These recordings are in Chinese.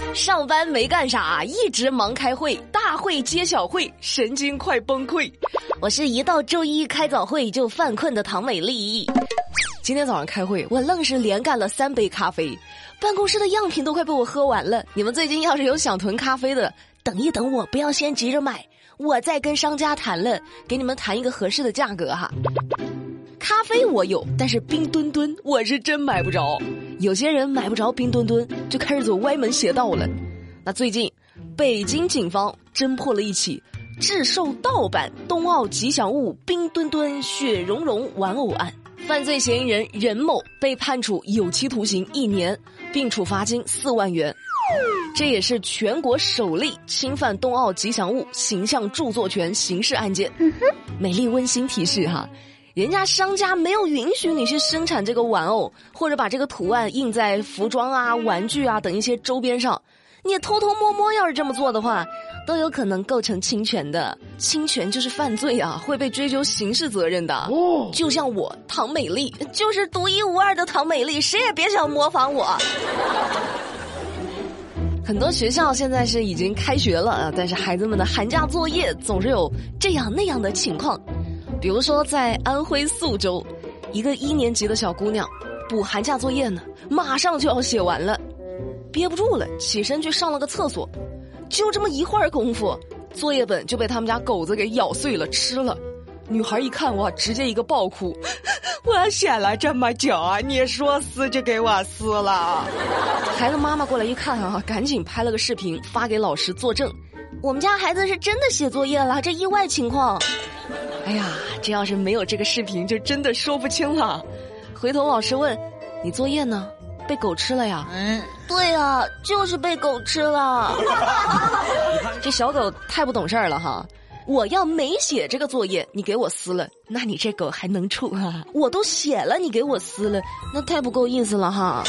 上班没干啥，一直忙开会，大会接小会，神经快崩溃。我是一到周一开早会就犯困的唐美丽。今天早上开会，我愣是连干了3杯咖啡，办公室的样品都快被我喝完了。你们最近要是有想囤咖啡的，等一等我，不要先急着买，我再跟商家谈了，给你们谈一个合适的价格哈。咖啡我有，但是冰墩墩我是真买不着。有些人买不着冰墩墩，就开始走歪门邪道了。那最近，北京警方侦破了一起制售盗版冬奥吉祥物冰墩墩雪融融玩偶案，犯罪嫌疑人任某被判处有期徒刑1年，并处罚金4万元。这也是全国首例侵犯冬奥吉祥物形象著作权刑事案件。美丽温馨提示哈。人家商家没有允许你去生产这个玩偶，或者把这个图案印在服装啊、玩具啊等一些周边上，你偷偷摸摸要是这么做的话，都有可能构成侵权的。侵权就是犯罪啊，会被追究刑事责任的。哦，就像我唐美丽，就是独一无二的唐美丽，谁也别想模仿我。很多学校现在是已经开学了，但是孩子们的寒假作业总是有这样那样的情况。比如说在安徽宿州，一个1年级的小姑娘补寒假作业呢，马上就要写完了，憋不住了，起身去上了个厕所，就这么一会儿功夫，作业本就被他们家狗子给咬碎了吃了。女孩一看哇，直接一个爆哭，我写了这么久，你说撕就给我撕了。孩子妈妈过来一看啊，赶紧拍了个视频发给老师作证，我们家孩子是真的写作业了，这意外情况。哎呀，这要是没有这个视频就真的说不清了。回头老师问你作业呢，被狗吃了呀？对啊，就是被狗吃了。这小狗太不懂事儿了哈，我要没写这个作业你给我撕了，那你这狗还能处啊？我都写了你给我撕了，那太不够意思了哈。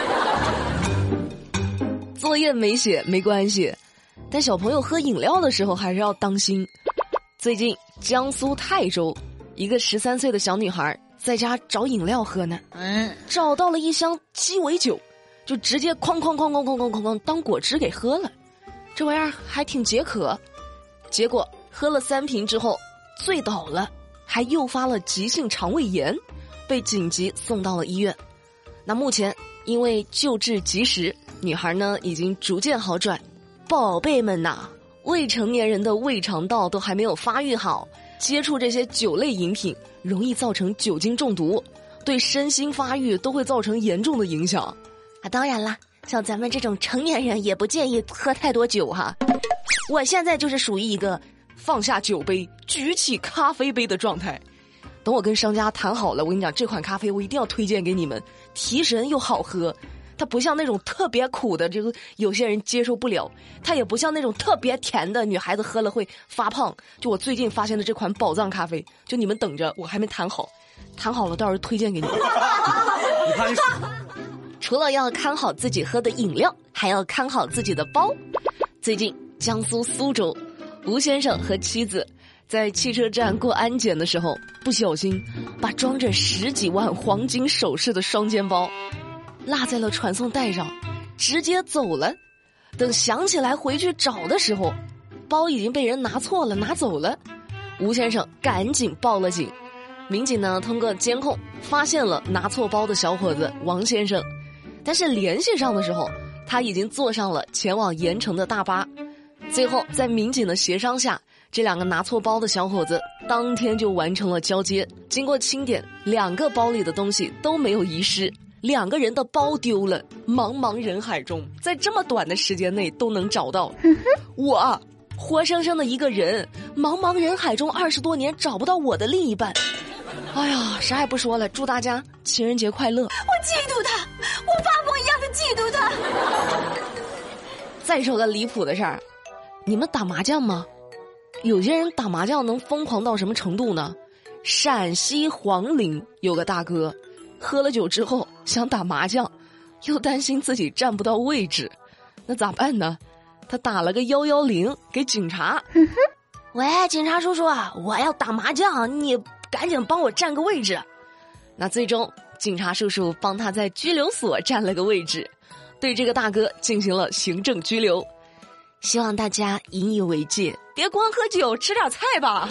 作业没写没关系，但小朋友喝饮料的时候还是要当心。最近江苏泰州一个13岁的小女孩在家找饮料喝呢，找到了一箱鸡尾酒，就直接哐当果汁给喝了，这玩意儿还挺解渴。结果喝了3瓶之后醉倒了，还诱发了急性肠胃炎，被紧急送到了医院。那目前因为救治及时，女孩呢已经逐渐好转。宝贝们呐，未成年人的胃肠道都还没有发育好，接触这些酒类饮品容易造成酒精中毒，对身心发育都会造成严重的影响。当然啦，像咱们这种成年人也不建议喝太多酒哈。我现在就是属于一个放下酒杯举起咖啡杯的状态。等我跟商家谈好了，我跟你讲，这款咖啡我一定要推荐给你们，提神又好喝。它不像那种特别苦的，这个有些人接受不了，它也不像那种特别甜的，女孩子喝了会发胖。就我最近发现的这款宝藏咖啡，就你们等着，我还没谈好，谈好了到时候推荐给你们。你看，除了要看好自己喝的饮料，还要看好自己的包。最近江苏苏州，吴先生和妻子在汽车站过安检的时候，不小心把装着10几万黄金首饰的双肩包落在了传送带上，直接走了。等想起来回去找的时候，包已经被人拿错了，拿走了。吴先生赶紧报了警，民警呢通过监控发现了拿错包的小伙子王先生，但是联系上的时候，他已经坐上了前往盐城的大巴。最后在民警的协商下，这2个拿错包的小伙子当天就完成了交接。经过清点，2个包里的东西都没有遗失，2个人的包丢了，茫茫人海中在这么短的时间内都能找到。我活生生的一个人，茫茫人海中20多年找不到我的另一半。哎呀，啥也不说了，祝大家情人节快乐。我嫉妒他，我发疯一样的嫉妒他。 再说个离谱的事儿，你们打麻将吗？有些人打麻将能疯狂到什么程度呢？陕西黄陵有个大哥，喝了酒之后想打麻将，又担心自己占不到位置，那咋办呢？他打了个110给警察。喂，警察叔叔啊，我要打麻将，你赶紧帮我占个位置。那最终警察叔叔帮他在拘留所占了个位置， 对这个大哥进行了行政拘留。希望大家引以为戒，别光喝酒，吃点菜吧。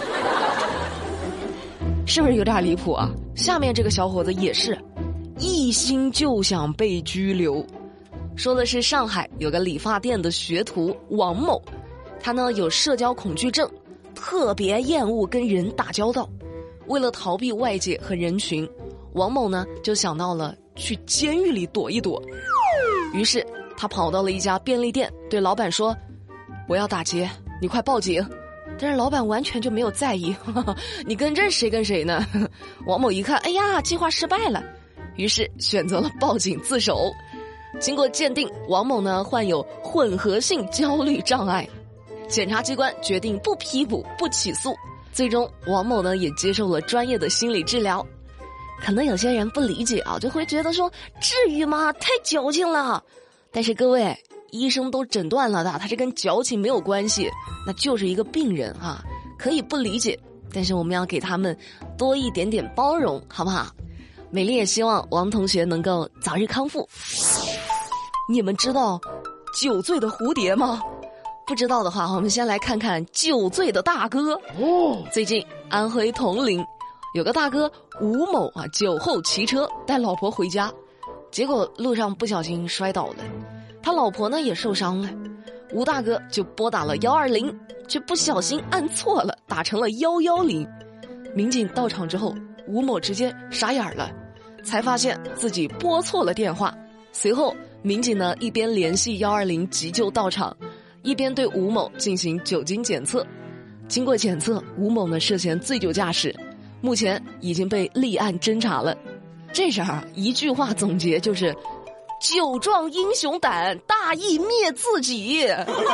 是不是有点离谱啊？下面这个小伙子也是一心就想被拘留。说的是上海有个理发店的学徒王某，他呢有社交恐惧症，特别厌恶跟人打交道。为了逃避外界和人群，王某呢就想到了去监狱里躲一躲。于是他跑到了一家便利店，对老板说：“我要打劫，你快报警。”但是老板完全就没有在意，你跟这谁跟谁呢？王某一看，哎呀，计划失败了，于是选择了报警自首。经过鉴定，王某呢患有混合性焦虑障碍，检察机关决定不批捕、不起诉。最终，王某呢也接受了专业的心理治疗。可能有些人不理解啊，就会觉得说，至于吗？太矫情了。但是各位，医生都诊断了的，他这跟矫情没有关系，那就是一个病人啊，可以不理解，但是我们要给他们多一点点包容，好不好？美丽也希望王同学能够早日康复。你们知道酒醉的蝴蝶吗？不知道的话，我们先来看看酒醉的大哥。最近安徽铜陵有个大哥吴某啊，酒后骑车带老婆回家，结果路上不小心摔倒了，他老婆呢也受伤了。吴大哥就拨打了120，却不小心按错了，打成了110。民警到场之后，吴某直接傻眼了，才发现自己拨错了电话。随后民警呢一边联系120急救到场，一边对吴某进行酒精检测。经过检测，吴某呢涉嫌醉酒驾驶，目前已经被立案侦查了。这事儿一句话总结就是酒壮英雄胆，大义灭自己。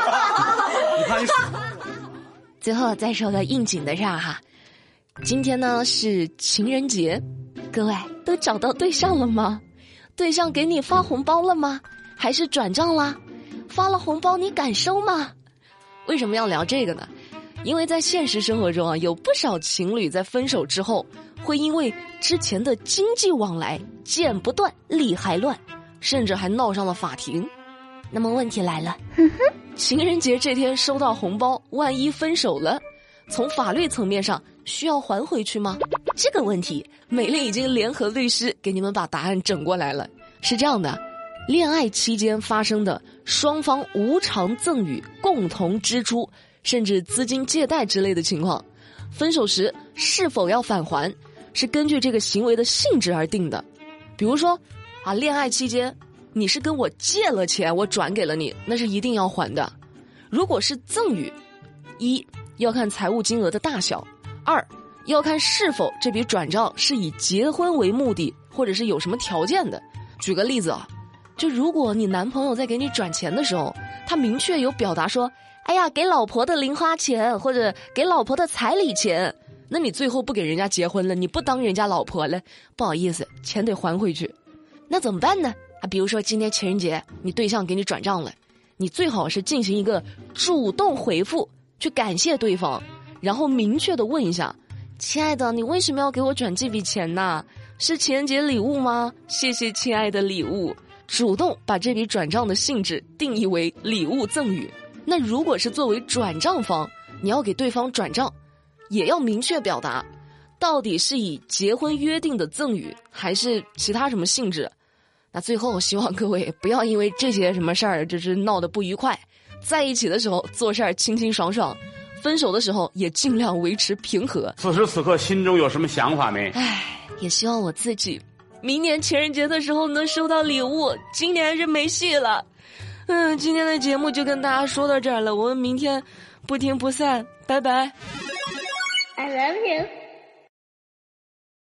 最后再说个应景的事儿哈，今天呢是情人节，各位都找到对象了吗？对象给你发红包了吗？还是转账啦？发了红包你敢收吗？为什么要聊这个呢？因为在现实生活中啊，有不少情侣在分手之后，会因为之前的经济往来剪不断理还乱，甚至还闹上了法庭。那么问题来了，情人节这天收到红包，万一分手了，从法律层面上需要还回去吗？这个问题美丽已经联合律师给你们把答案整过来了。是这样的，恋爱期间发生的双方无偿赠与、共同支出甚至资金借贷之类的情况，分手时是否要返还是根据这个行为的性质而定的。比如说啊，恋爱期间你是跟我借了钱，我转给了你，那是一定要还的。如果是赠与，一要看财务金额的大小，二要看是否这笔转账是以结婚为目的，或者是有什么条件的。举个例子啊，就如果你男朋友在给你转钱的时候，他明确有表达说，哎呀，给老婆的零花钱或者给老婆的彩礼钱，那你最后不给人家结婚了，你不当人家老婆了，不好意思，钱得还回去。那怎么办呢？啊，比如说今天情人节，你对象给你转账了，你最好是进行一个主动回复，去感谢对方，然后明确的问一下，亲爱的，你为什么要给我转这笔钱呢？是情人节礼物吗？谢谢亲爱的礼物。主动把这笔转账的性质定义为礼物赠与。那如果是作为转账方，你要给对方转账，也要明确表达，到底是以结婚约定的赠与，还是其他什么性质。那最后希望各位不要因为这些什么事儿就是闹得不愉快，在一起的时候做事儿清清爽爽，分手的时候也尽量维持平和。 此时此刻心中有什么想法没？ 也希望我自己明年情人节的时候能收到礼物，今年是没戏了。今天的节目就跟大家说到这儿了，我们明天不听不散，拜拜。 I love you.